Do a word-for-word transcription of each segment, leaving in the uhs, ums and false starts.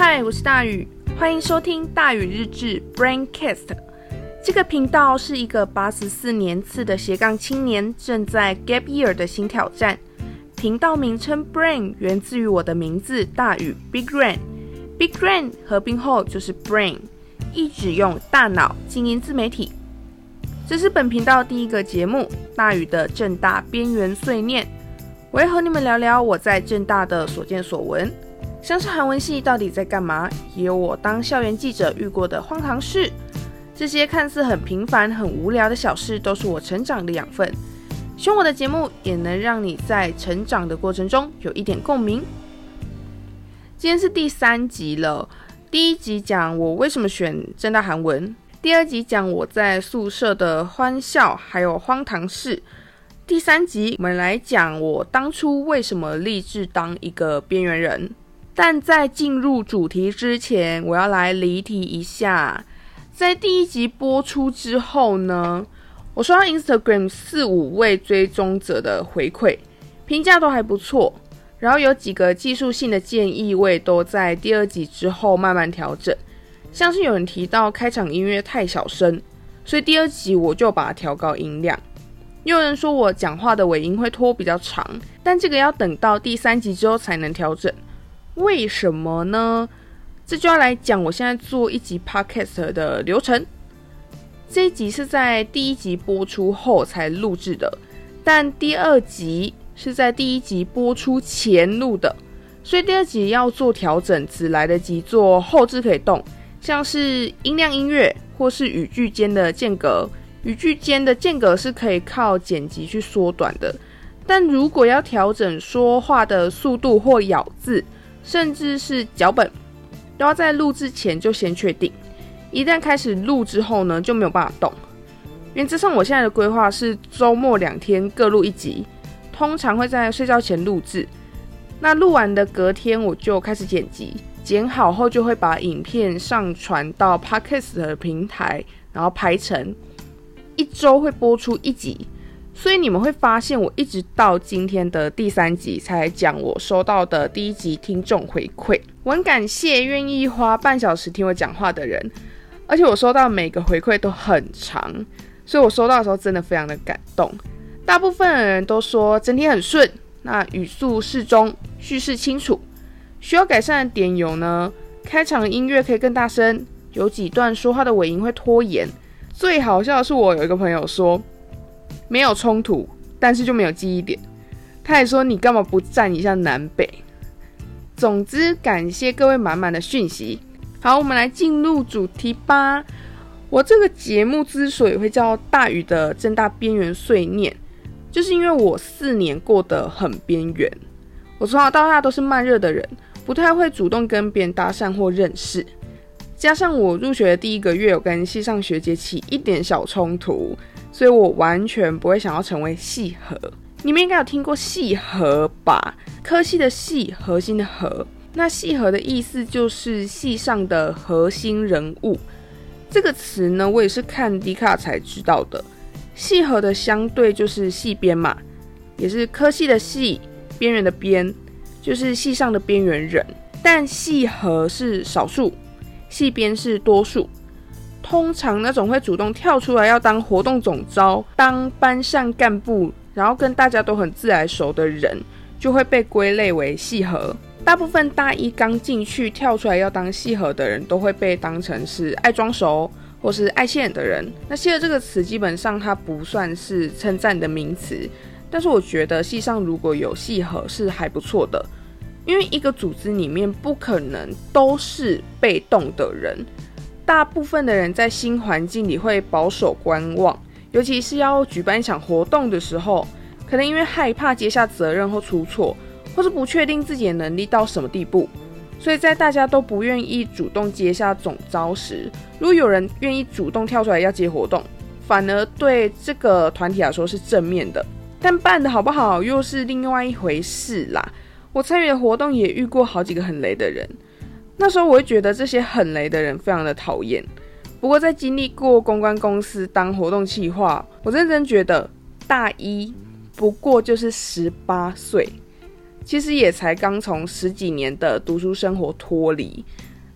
嗨，我是大宇，欢迎收听大宇日志 Braincast。 这个频道是一个八十四年次的斜杠青年正在 Gap Year 的新挑战。频道名称 Brain 源自于我的名字大宇 Big Brain， Big Brain 合并后就是 Brain， 意指用大脑经营自媒体。这是本频道第一个节目，大宇的政大边缘碎念。我会和你们聊聊我在政大的所见所闻，像是韩文系到底在干嘛，也有我当校园记者遇过的荒唐事。这些看似很平凡很无聊的小事都是我成长的养分，希望我的节目也能让你在成长的过程中有一点共鸣。今天是第三集了，第一集讲我为什么选政大韩文，第二集讲我在宿舍的欢笑还有荒唐事，第三集我们来讲我当初为什么立志当一个边缘人。但在进入主题之前，我要来离题一下。在第一集播出之后呢，我收到 Instagram 四五位追踪者的回馈，评价都还不错，然后有几个技术性的建议我也都在第二集之后慢慢调整，像是有人提到开场音乐太小声，所以第二集我就把它调高音量。又有人说我讲话的尾音会拖比较长，但这个要等到第三集之后才能调整。为什么呢？这就要来讲我现在做一集 podcast 的流程。这一集是在第一集播出后才录制的，但第二集是在第一集播出前录的，所以第二集要做调整只来得及做后置可以动，像是音量音乐或是语句间的间隔。语句间的间隔是可以靠剪辑去缩短的，但如果要调整说话的速度或咬字，甚至是脚本，都要在录制前就先确定，一旦开始录之后呢，就没有办法动。原则上我现在的规划是周末两天各录一集，通常会在睡觉前录制，那录完的隔天我就开始剪辑，剪好后就会把影片上传到 Podcast 的平台，然后排成一周会播出一集。所以你们会发现我一直到今天的第三集才讲我收到的第一集听众回馈。我很感谢愿意花半小时听我讲话的人，而且我收到每个回馈都很长，所以我收到的时候真的非常的感动。大部分的人都说整体很顺，那语速适中，叙事清楚。需要改善的点有呢，开场音乐可以更大声，有几段说话的尾音会拖延。最好笑的是我有一个朋友说没有冲突，但是就没有记忆点。他还说你干嘛不站一下南北？总之感谢各位满满的讯息。好，我们来进入主题吧。我这个节目之所以会叫大宇的政大边缘碎念，就是因为我四年过得很边缘。我从小到大都是慢热的人，不太会主动跟别人搭讪或认识。加上我入学的第一个月有跟系上学姐起一点小冲突，所以我完全不会想要成为系核。你们应该有听过系核吧？科系的系，核心的核。那系核的意思就是系上的核心人物。这个词呢，我也是看 D 卡才知道的。系核的相对就是系边嘛，也是科系的系，边缘的边，就是系上的边缘人。但系核是少数，系边是多数。通常那种会主动跳出来要当活动总召、当班上干部，然后跟大家都很自来熟的人，就会被归类为系核。大部分大一刚进去跳出来要当系核的人，都会被当成是爱装熟或是爱现眼的人。那系核这个词基本上它不算是称赞的名词，但是我觉得系上如果有系核是还不错的，因为一个组织里面不可能都是被动的人。大部分的人在新环境里会保守观望，尤其是要举办一场活动的时候，可能因为害怕接下责任或出错，或是不确定自己的能力到什么地步，所以在大家都不愿意主动接下总召时，如果有人愿意主动跳出来要接活动，反而对这个团体来说是正面的。但办得好不好又是另外一回事啦。我参与的活动也遇过好几个很雷的人，那时候我会觉得这些很雷的人非常的讨厌。不过在经历过公关公司当活动企划，我认真觉得大一不过就是十八岁，其实也才刚从十几年的读书生活脱离。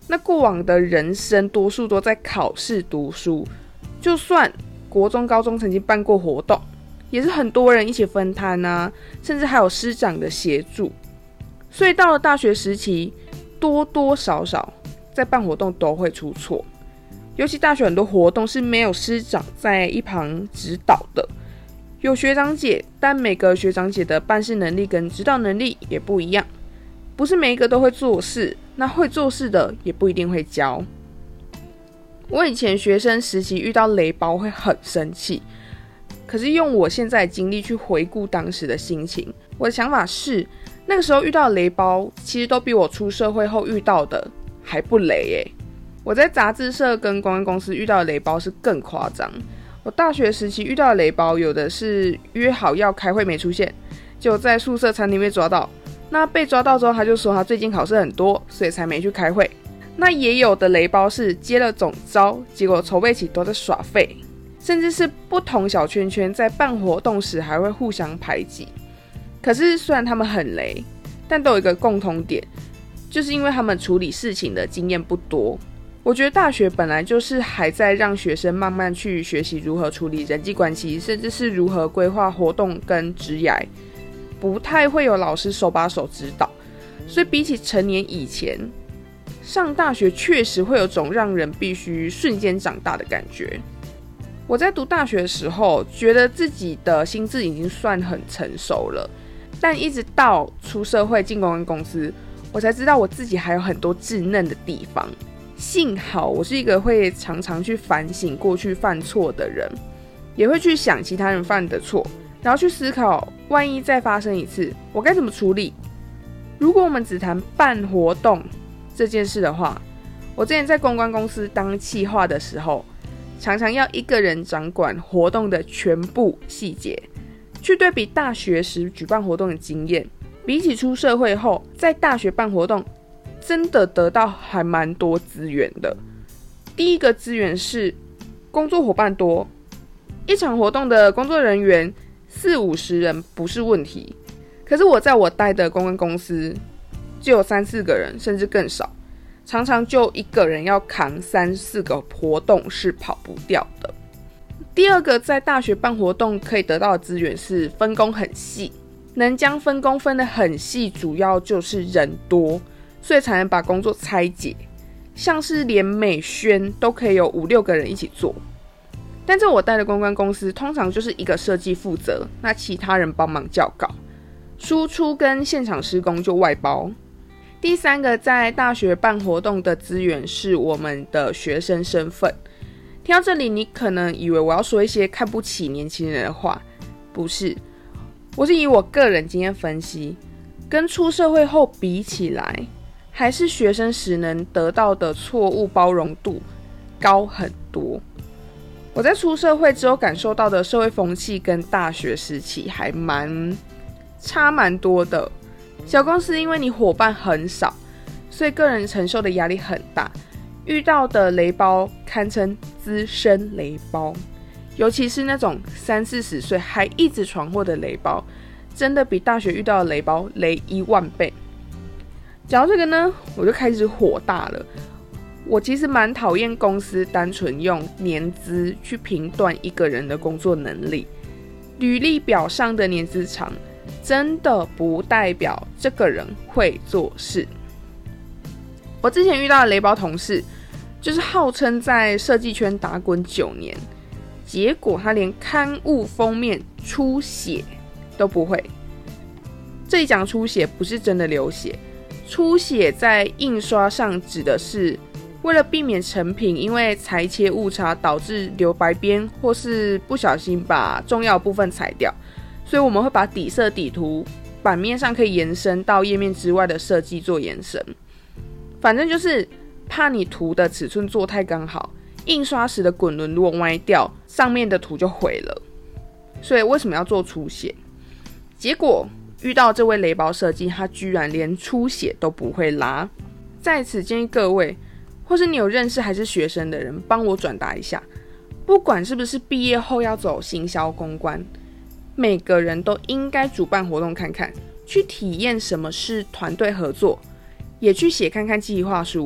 那过往的人生多数都在考试读书，就算国中高中曾经办过活动，也是很多人一起分摊啊，甚至还有师长的协助。所以到了大学时期，多多少少在办活动都会出错，尤其大学很多活动是没有师长在一旁指导的，有学长姐，但每个学长姐的办事能力跟指导能力也不一样，不是每一个都会做事，那会做事的也不一定会教。我以前学生时期遇到雷包会很生气，可是用我现在的经历去回顾当时的心情，我的想法是，那个时候遇到的雷包其实都比我出社会后遇到的还不雷耶。我在杂志社跟公关公司遇到的雷包是更夸张。我大学时期遇到的雷包，有的是约好要开会没出现，结果在宿舍餐厅被抓到，那被抓到之后他就说他最近考试很多，所以才没去开会。那也有的雷包是接了总召，结果筹备期都在耍废，甚至是不同小圈圈在办活动时还会互相排挤。可是虽然他们很雷，但都有一个共同点，就是因为他们处理事情的经验不多。我觉得大学本来就是还在让学生慢慢去学习如何处理人际关系，甚至是如何规划活动跟职涯，不太会有老师手把手指导。所以比起成年以前，上大学确实会有种让人必须瞬间长大的感觉。我在读大学的时候，觉得自己的心智已经算很成熟了，但一直到出社会进公关公司，我才知道我自己还有很多稚嫩的地方。幸好我是一个会常常去反省过去犯错的人，也会去想其他人犯的错，然后去思考万一再发生一次，我该怎么处理。如果我们只谈办活动这件事的话，我之前在公关公司当企划的时候，常常要一个人掌管活动的全部细节，去对比大学时举办活动的经验，比起出社会后在大学办活动，真的得到还蛮多资源的。第一个资源是工作伙伴多，一场活动的工作人员四五十人不是问题，可是我在我待的公关公司就有三四个人，甚至更少，常常就一个人要扛三四个活动是跑不掉的。第二个在大学办活动可以得到的资源是分工很细，能将分工分得很细，主要就是人多，所以才能把工作拆解，像是连美宣都可以有五六个人一起做。但在我待的公关公司，通常就是一个设计负责，那其他人帮忙校稿，输出跟现场施工就外包。第三个在大学办活动的资源是我们的学生身份。听到这里，你可能以为我要说一些看不起年轻人的话，不是，我是以我个人经验分析，跟出社会后比起来，还是学生时能得到的错误包容度高很多。我在出社会之后感受到的社会风气跟大学时期还蛮差蛮多的。小公司因为你伙伴很少，所以个人承受的压力很大，遇到的雷包堪称资深雷包，尤其是那种三四十岁还一直闯祸的雷包，真的比大学遇到的雷包雷一万倍。讲到这个呢，我就开始火大了。我其实蛮讨厌公司单纯用年资去评断一个人的工作能力，履历表上的年资长真的不代表这个人会做事。我之前遇到的雷包同事，就是号称在设计圈打滚九年，结果他连刊物封面出血都不会。这里讲出血不是真的流血，出血在印刷上指的是为了避免成品因为裁切误差导致留白边，或是不小心把重要部分裁掉，所以我们会把底色底图版面上可以延伸到页面之外的设计做延伸。反正就是怕你图的尺寸做太刚好，印刷时的滚轮如果歪掉，上面的图就毁了。所以为什么要做出血？结果遇到这位雷包设计，他居然连出血都不会拉。在此建议各位，或是你有认识还是学生的人，帮我转达一下，不管是不是毕业后要走行销公关，每个人都应该主办活动看看，去体验什么是团队合作，也去写看看计划书，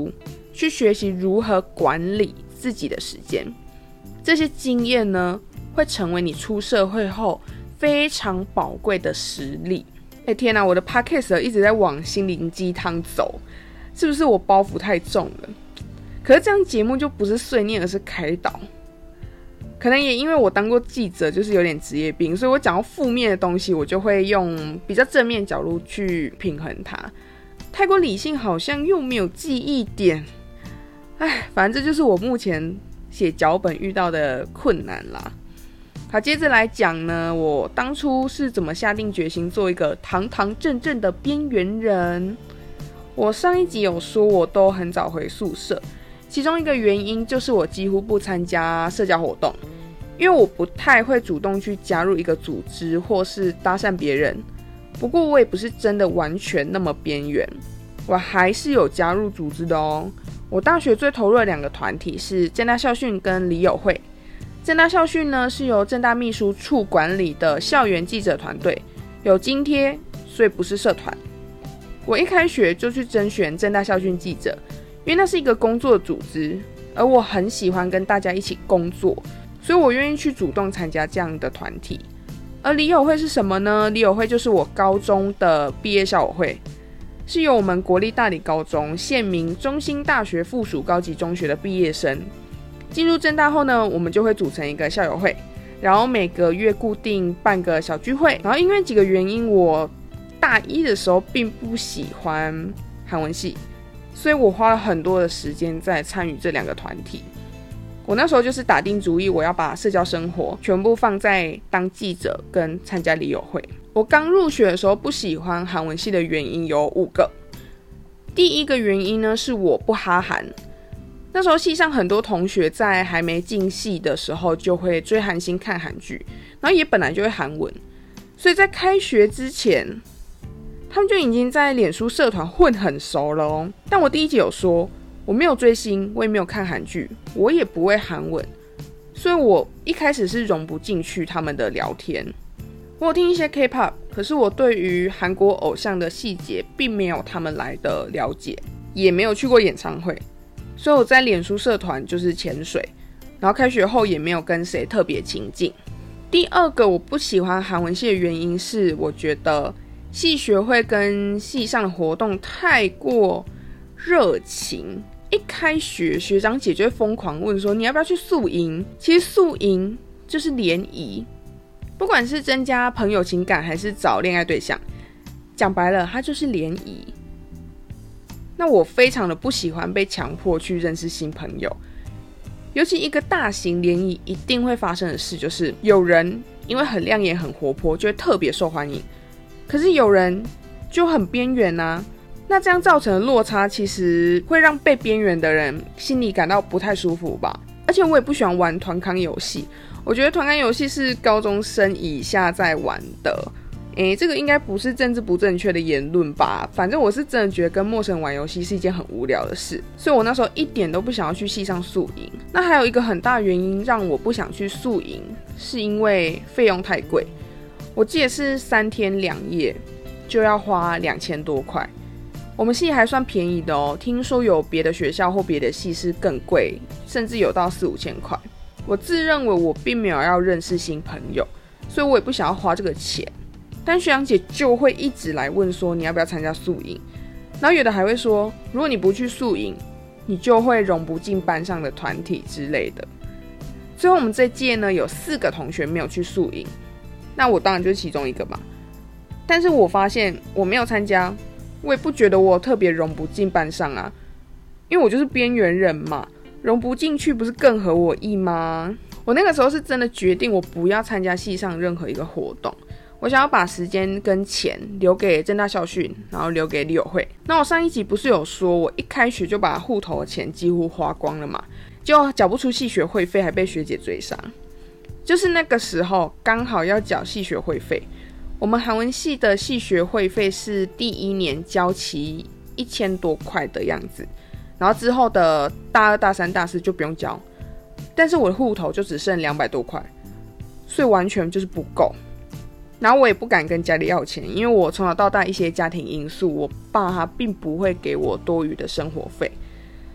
去学习如何管理自己的时间。这些经验呢，会成为你出社会后非常宝贵的实力。哎，天哪，我的 podcast 一直在往心灵鸡汤走，是不是我包袱太重了？可是这样节目就不是碎念，而是开导。可能也因为我当过记者，就是有点职业病，所以我讲到负面的东西，我就会用比较正面角度去平衡它。太过理性好像又没有记忆点，哎，反正这就是我目前写脚本遇到的困难啦。好，接着来讲呢，我当初是怎么下定决心做一个堂堂正正的边缘人。我上一集有说我都很早回宿舍，其中一个原因就是我几乎不参加社交活动，因为我不太会主动去加入一个组织或是搭讪别人。不过我也不是真的完全那么边缘，我还是有加入组织的哦。我大学最投入的两个团体是政大校训跟理友会。政大校训呢是由政大秘书处管理的校园记者团队，有津贴，所以不是社团。我一开学就去甄选政大校训记者，因为那是一个工作组织，而我很喜欢跟大家一起工作，所以我愿意去主动参加这样的团体。而理友会是什么呢？理友会就是我高中的毕业校友会，是由我们国立大理高中现名中兴大学附属高级中学的毕业生进入政大后呢，我们就会组成一个校友会，然后每个月固定办个小聚会。然后因为几个原因，我大一的时候并不喜欢韩文系，所以我花了很多的时间在参与这两个团体。我那时候就是打定主意，我要把社交生活全部放在当记者跟参加理友会。我刚入学的时候不喜欢韩文系的原因有五个。第一个原因呢，是我不哈韩。那时候系上很多同学在还没进系的时候就会追韩星看韩剧，然后也本来就会韩文，所以在开学之前他们就已经在脸书社团混很熟了哦。但我第一集有说我没有追星，我也没有看韩剧，我也不会韩文，所以我一开始是融不进去他们的聊天。我有听一些 K-pop， 可是我对于韩国偶像的细节并没有他们来的了解，也没有去过演唱会，所以我在脸书社团就是潜水，然后开学后也没有跟谁特别亲近。第二个我不喜欢韩文系的原因是，我觉得系学会跟系上的活动太过热情。一开学学长姐就会疯狂问说你要不要去宿营，其实宿营就是联谊，不管是增加朋友情感还是找恋爱对象，讲白了它就是联谊。那我非常的不喜欢被强迫去认识新朋友，尤其一个大型联谊一定会发生的事就是有人因为很亮眼很活泼就会特别受欢迎，可是有人就很边缘啊。那这样造成的落差其实会让被边缘的人心里感到不太舒服吧。而且我也不喜欢玩团康游戏，我觉得团康游戏是高中生以下在玩的。诶，这个应该不是政治不正确的言论吧，反正我是真的觉得跟陌生人玩游戏是一件很无聊的事，所以我那时候一点都不想要去系上宿营。那还有一个很大的原因让我不想去宿营，是因为费用太贵，我记得是三天两夜就要花两千多块，我们系还算便宜的哦，听说有别的学校或别的系是更贵，甚至有到四五千块。我自认为我并没有要认识新朋友，所以我也不想要花这个钱。但学长姐就会一直来问说你要不要参加宿营，然后有的还会说如果你不去宿营，你就会融不进班上的团体之类的。最后我们这届呢有四个同学没有去宿营，那我当然就是其中一个嘛。但是我发现我没有参加，我也不觉得我特别融不进班上啊，因为我就是边缘人嘛，融不进去不是更合我意吗？我那个时候是真的决定我不要参加系上任何一个活动，我想要把时间跟钱留给政大校训，然后留给理友会。那我上一集不是有说我一开学就把户头的钱几乎花光了嘛，就缴不出系学会费，还被学姐追杀。就是那个时候刚好要缴系学会费，我们韩文系的系学会费是第一年交齐一千多块的样子，然后之后的大二大三大四就不用交，但是我的户头就只剩两百多块，所以完全就是不够。然后我也不敢跟家里要钱，因为我从小到大一些家庭因素，我爸他并不会给我多余的生活费。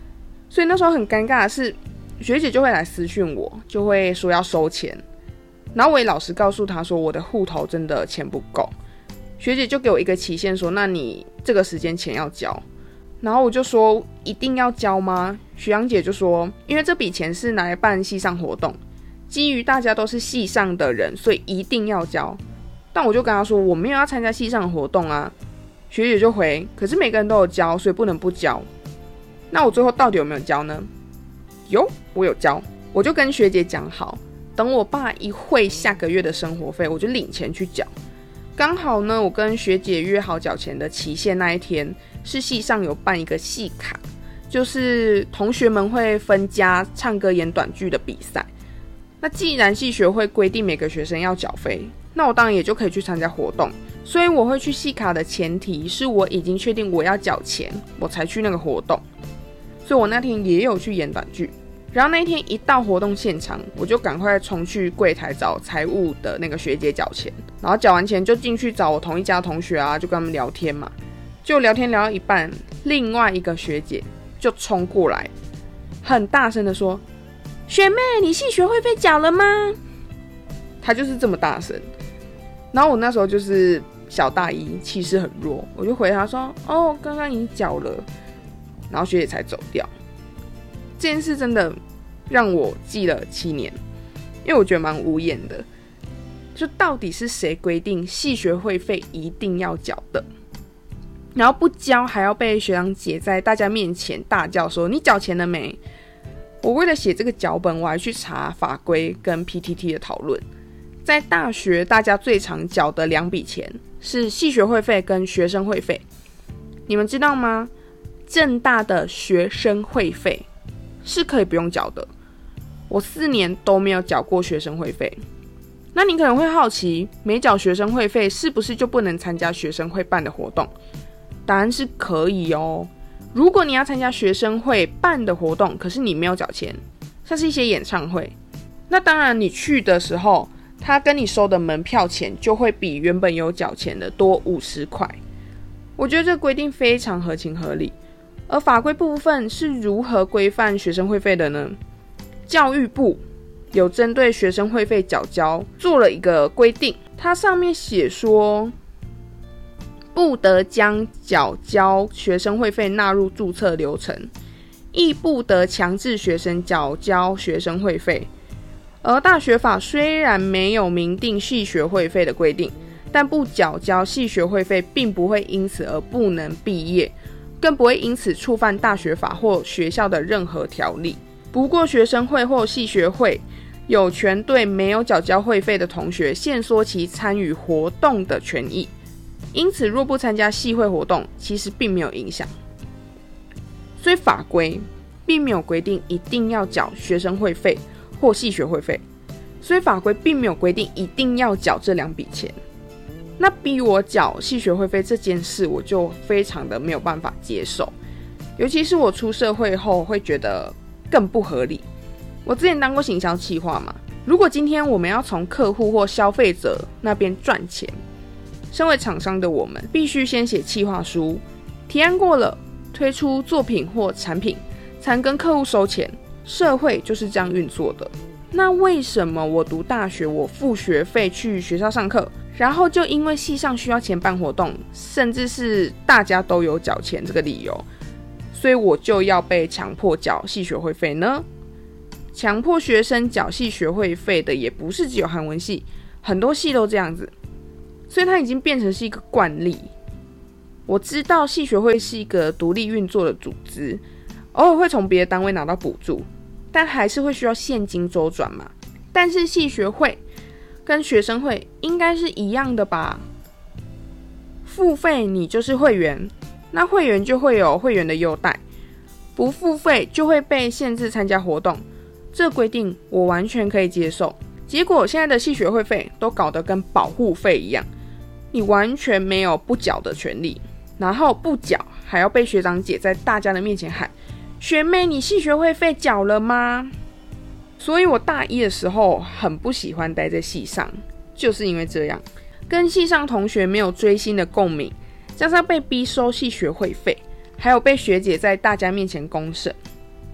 所以那时候很尴尬的是，学姐就会来私讯我，就会说要收钱，然后我也老实告诉她说我的户头真的钱不够，学姐就给我一个期限说，那你这个时间钱要交。然后我就说一定要交吗？学长姐就说因为这笔钱是拿来办系上活动，基于大家都是系上的人，所以一定要交。但我就跟她说我没有要参加系上的活动啊。学姐就回可是每个人都有交，所以不能不交。那我最后到底有没有交呢？有，我有交。我就跟学姐讲好，等我爸一汇下个月的生活费，我就领钱去缴。刚好呢，我跟学姐约好缴钱的期限那一天，是系上有办一个系卡，就是同学们会分家唱歌演短剧的比赛。那既然系学会规定每个学生要缴费，那我当然也就可以去参加活动。所以我会去系卡的前提是我已经确定我要缴钱，我才去那个活动。所以我那天也有去演短剧。然后那一天一到活动现场，我就赶快冲去柜台找财务的那个学姐缴钱，然后缴完钱就进去找我同一家同学啊，就跟他们聊天嘛。就聊天聊到一半，另外一个学姐就冲过来，很大声的说：“学妹，你系学会费缴了吗？”她就是这么大声。然后我那时候就是小大一，气势很弱，我就回她说：“哦，刚刚已经缴了。”然后学姐才走掉。这件事真的让我记了七年，因为我觉得蛮无言的。就到底是谁规定系学会费一定要缴的？然后不交还要被学长姐在大家面前大叫说：“你缴钱了没？”我为了写这个脚本，我还去查法规跟 P T T 的讨论。在大学，大家最常缴的两笔钱是系学会费跟学生会费。你们知道吗？政大的学生会费是可以不用缴的，我四年都没有缴过学生会费。那你可能会好奇，没缴学生会费是不是就不能参加学生会办的活动？答案是可以哦。如果你要参加学生会办的活动，可是你没有缴钱，像是一些演唱会，那当然你去的时候，他跟你收的门票钱就会比原本有缴钱的多五十块。我觉得这个规定非常合情合理。而法规部分是如何规范学生会费的呢？教育部有针对学生会费缴交做了一个规定，它上面写说，不得将缴交学生会费纳入注册流程，亦不得强制学生缴交学生会费。而大学法虽然没有明定系学会费的规定，但不缴交系学会费并不会因此而不能毕业，更不会因此触犯大学法或学校的任何条例。不过学生会或系学会有权对没有缴交会费的同学限缩其参与活动的权益，因此若不参加系会活动，其实并没有影响。所以法规并没有规定一定要缴学生会费或系学会费，所以法规并没有规定一定要缴这两笔钱。那逼我缴系学会费这件事，我就非常的没有办法接受，尤其是我出社会后会觉得更不合理。我之前当过行销企划嘛，如果今天我们要从客户或消费者那边赚钱，身为厂商的我们必须先写企划书，提案过了，推出作品或产品，才能跟客户收钱。社会就是这样运作的。那为什么我读大学，我付学费去学校上课，然后就因为系上需要钱办活动，甚至是大家都有缴钱这个理由，所以我就要被强迫缴系学会费呢？强迫学生缴系学会费的也不是只有韩文系，很多系都这样子，所以它已经变成是一个惯例。我知道系学会是一个独立运作的组织，偶尔会从别的单位拿到补助，但还是会需要现金周转嘛。但是系学会跟学生会应该是一样的吧？付费你就是会员，那会员就会有会员的优待，不付费就会被限制参加活动。这规定我完全可以接受。结果现在的系学会费都搞得跟保护费一样，你完全没有不缴的权利，然后不缴还要被学长姐在大家的面前喊：“学妹，你系学会费缴了吗？”所以我大一的时候很不喜欢待在系上，就是因为这样，跟系上同学没有追星的共鸣，加上被逼收系学会费，还有被学姐在大家面前公审，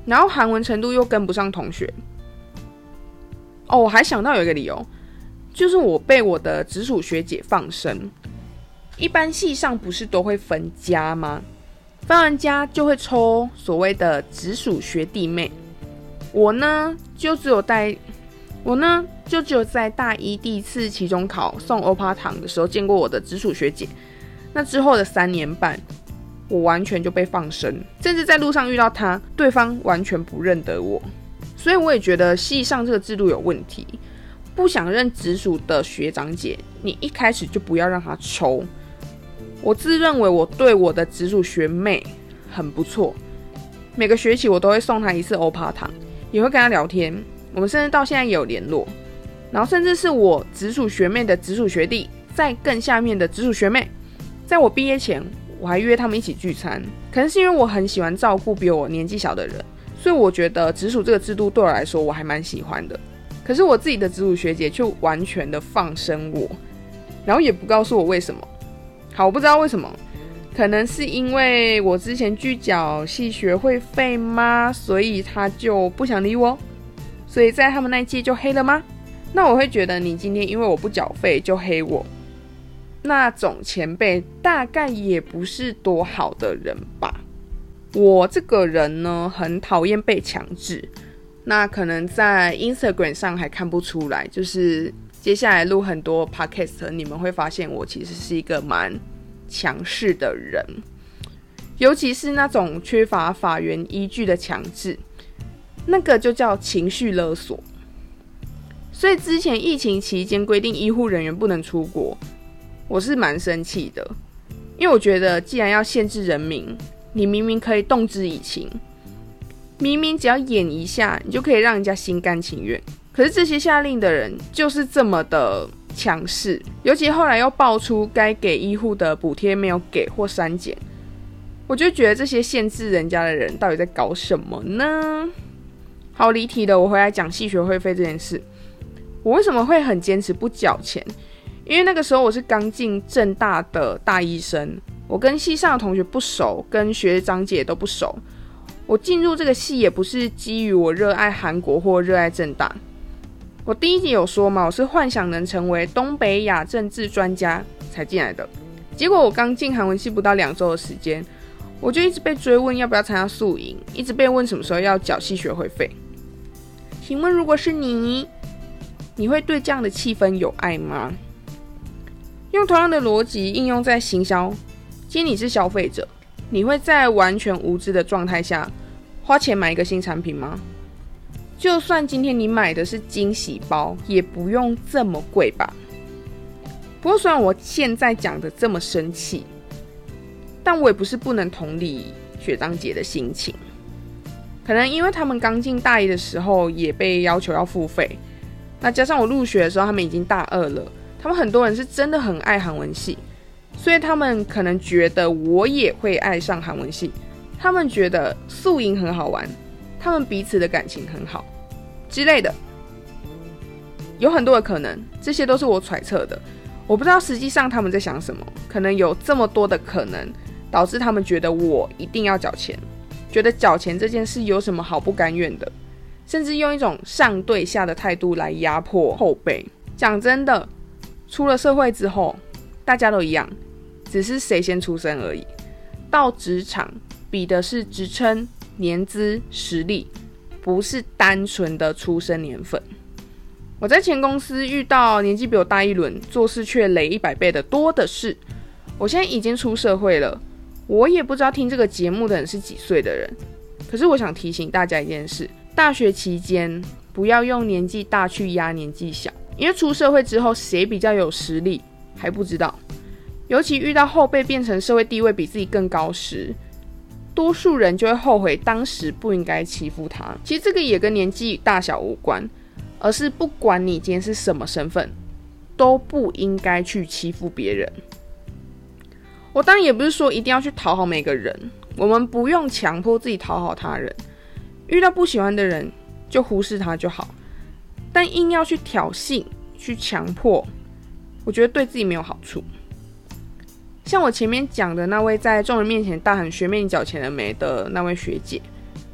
然后韩文程度又跟不上同学。哦，我还想到有一个理由，就是我被我的直属学姐放生。一般系上不是都会分家吗？分完家就会抽所谓的直属学弟妹。我呢，就只有在我呢就只有在大一第一次期中考送欧趴糖的时候见过我的直属学姐。那之后的三年半，我完全就被放生，甚至在路上遇到她，对方完全不认得我。所以我也觉得系上这个制度有问题，不想认直属的学长姐，你一开始就不要让她抽。我自认为我对我的直属学妹很不错，每个学期我都会送她一次欧趴糖，也会跟她聊天，我们甚至到现在也有联络。然后甚至是我直属学妹的直属学弟，在更下面的直属学妹，在我毕业前我还约他们一起聚餐。可能是因为我很喜欢照顾比我年纪小的人，所以我觉得直属这个制度对我来说我还蛮喜欢的。可是我自己的直属学姐却完全的放生我，然后也不告诉我为什么。好，我不知道为什么，可能是因为我之前拒缴系学会费吗？所以他就不想理我，所以在他们那一届就黑了吗？那我会觉得你今天因为我不缴费就黑我，那种前辈大概也不是多好的人吧。我这个人呢，很讨厌被强制，那可能在 Instagram 上还看不出来，就是接下来录很多 podcast 你们会发现我其实是一个蛮强势的人，尤其是那种缺乏法源依据的强制，那个就叫情绪勒索。所以之前疫情期间规定医护人员不能出国，我是蛮生气的，因为我觉得既然要限制人民，你明明可以动之以情，明明只要演一下你就可以让人家心甘情愿，可是这些下令的人就是这么的强势，尤其后来又爆出该给医护的补贴没有给或删减，我就觉得这些限制人家的人到底在搞什么呢？好离题的，我回来讲系学会费这件事。我为什么会很坚持不缴钱？因为那个时候我是刚进政大的大一生，我跟系上的同学不熟，跟学长姐都不熟。我进入这个系也不是基于我热爱韩国或热爱政大。我第一集有说嘛，我是幻想能成为东北亚政治专家才进来的。结果我刚进韩文系不到两周的时间，我就一直被追问要不要参加宿营，一直被问什么时候要缴系学会费。请问如果是你，你会对这样的气氛有爱吗？用同样的逻辑应用在行销，今天你是消费者，你会在完全无知的状态下花钱买一个新产品吗？就算今天你买的是惊喜包，也不用这么贵吧。不过虽然我现在讲的这么生气，但我也不是不能同理学长姐的心情。可能因为他们刚进大一的时候也被要求要付费，那加上我入学的时候他们已经大二了，他们很多人是真的很爱韩文系，所以他们可能觉得我也会爱上韩文系，他们觉得宿营很好玩，他们彼此的感情很好之类的，有很多的可能，这些都是我揣测的，我不知道实际上他们在想什么，可能有这么多的可能导致他们觉得我一定要缴钱，觉得缴钱这件事有什么好不甘愿的，甚至用一种上对下的态度来压迫后辈。讲真的，出了社会之后大家都一样，只是谁先出生而已。到职场比的是职称、年资、实力，不是单纯的出生年份。我在前公司遇到年纪比我大一轮，做事却累一百倍的多的是。我现在已经出社会了，我也不知道听这个节目的人是几岁的人，可是我想提醒大家一件事，大学期间不要用年纪大去压年纪小，因为出社会之后谁比较有实力还不知道，尤其遇到后辈变成社会地位比自己更高时，多数人就会后悔当时不应该欺负他。其实这个也跟年纪大小无关，而是不管你今天是什么身份，都不应该去欺负别人。我当然也不是说一定要去讨好每个人，我们不用强迫自己讨好他人，遇到不喜欢的人就忽视他就好，但硬要去挑衅去强迫，我觉得对自己没有好处。像我前面讲的那位在众人面前大喊学妹你缴钱了没的那位学姐，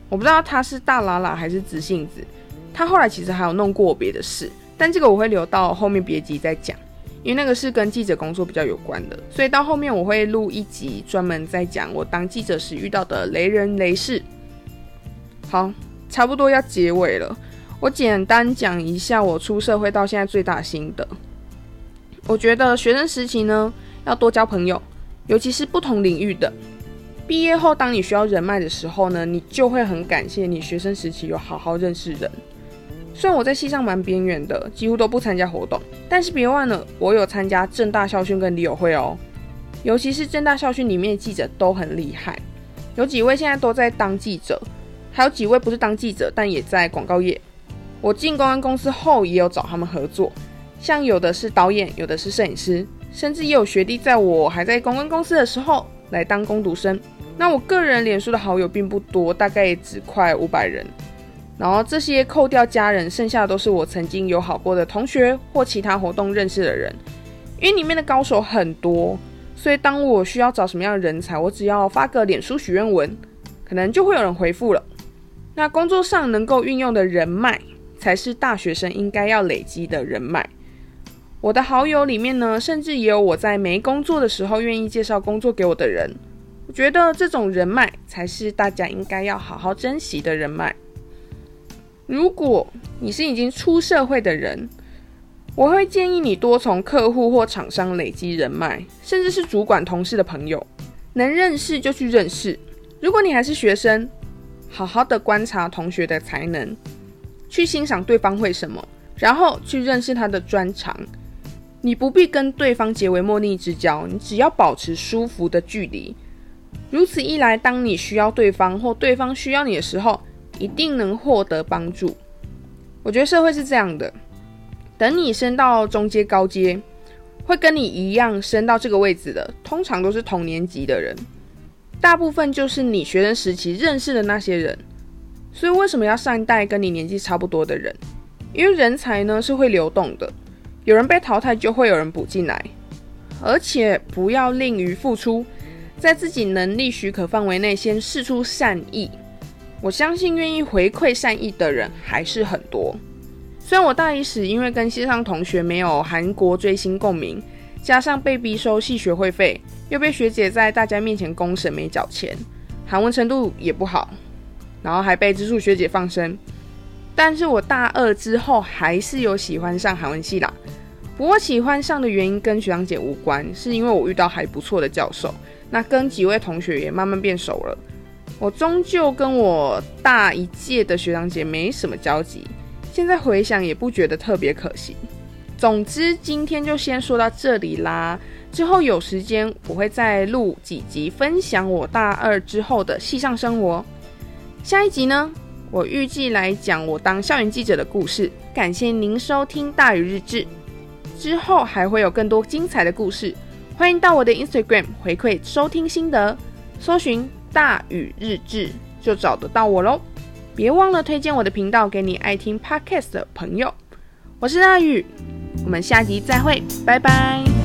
我不知道他是大喇喇还是直性子，他后来其实还有弄过我别的事，但这个我会留到后面别集再讲，因为那个是跟记者工作比较有关的，所以到后面我会录一集专门在讲我当记者时遇到的雷人雷事。好，差不多要结尾了，我简单讲一下我出社会到现在最大的心得。我觉得学生时期呢，要多交朋友，尤其是不同领域的。毕业后当你需要人脉的时候呢，你就会很感谢你学生时期有好好认识人。虽然我在系上蛮边缘的，几乎都不参加活动，但是别忘了我有参加政大校训跟理友会哦。尤其是政大校训里面的记者都很厉害，有几位现在都在当记者，还有几位不是当记者但也在广告业。我进公关公司后也有找他们合作，像有的是导演，有的是摄影师，甚至也有学弟在我还在公关公司的时候来当工读生。那我个人脸书的好友并不多，大概也只快五百人，然后这些扣掉家人，剩下的都是我曾经友好过的同学或其他活动认识的人。因为里面的高手很多，所以当我需要找什么样的人才，我只要发个脸书许愿文，可能就会有人回复了。那工作上能够运用的人脉，才是大学生应该要累积的人脉。我的好友里面呢，甚至也有我在没工作的时候愿意介绍工作给我的人。我觉得这种人脉才是大家应该要好好珍惜的人脉。如果你是已经出社会的人，我会建议你多从客户或厂商累积人脉，甚至是主管同事的朋友，能认识就去认识。如果你还是学生，好好的观察同学的才能，去欣赏对方会什么，然后去认识他的专长。你不必跟对方结为莫逆之交，你只要保持舒服的距离。如此一来，当你需要对方或对方需要你的时候，一定能获得帮助。我觉得社会是这样的，等你升到中阶高阶，会跟你一样升到这个位置的，通常都是同年级的人，大部分就是你学生时期认识的那些人。所以为什么要善待跟你年纪差不多的人？因为人才呢是会流动的，有人被淘汰就会有人补进来，而且不要吝于付出，在自己能力许可范围内先释出善意。我相信愿意回馈善意的人还是很多。虽然我大一时因为跟系上同学没有韩国追星共鸣，加上被逼收系学会费，又被学姐在大家面前公审没缴钱，韩文程度也不好，然后还被直属学姐放生，但是我大二之后还是有喜欢上韩文系啦。不过喜欢上的原因跟学长姐无关，是因为我遇到还不错的教授，那跟几位同学也慢慢变熟了。我终究跟我大一届的学长姐没什么交集，现在回想也不觉得特别可惜。总之今天就先说到这里啦，之后有时间我会再录几集分享我大二之后的系上生活。下一集呢，我预计来讲我当校园记者的故事。感谢您收听大宇日志，之后还会有更多精彩的故事，欢迎到我的 Instagram 回馈收听心得，搜寻大宇日志就找得到我咯。别忘了推荐我的频道给你爱听 Podcast 的朋友。我是大宇，我们下集再会，拜拜。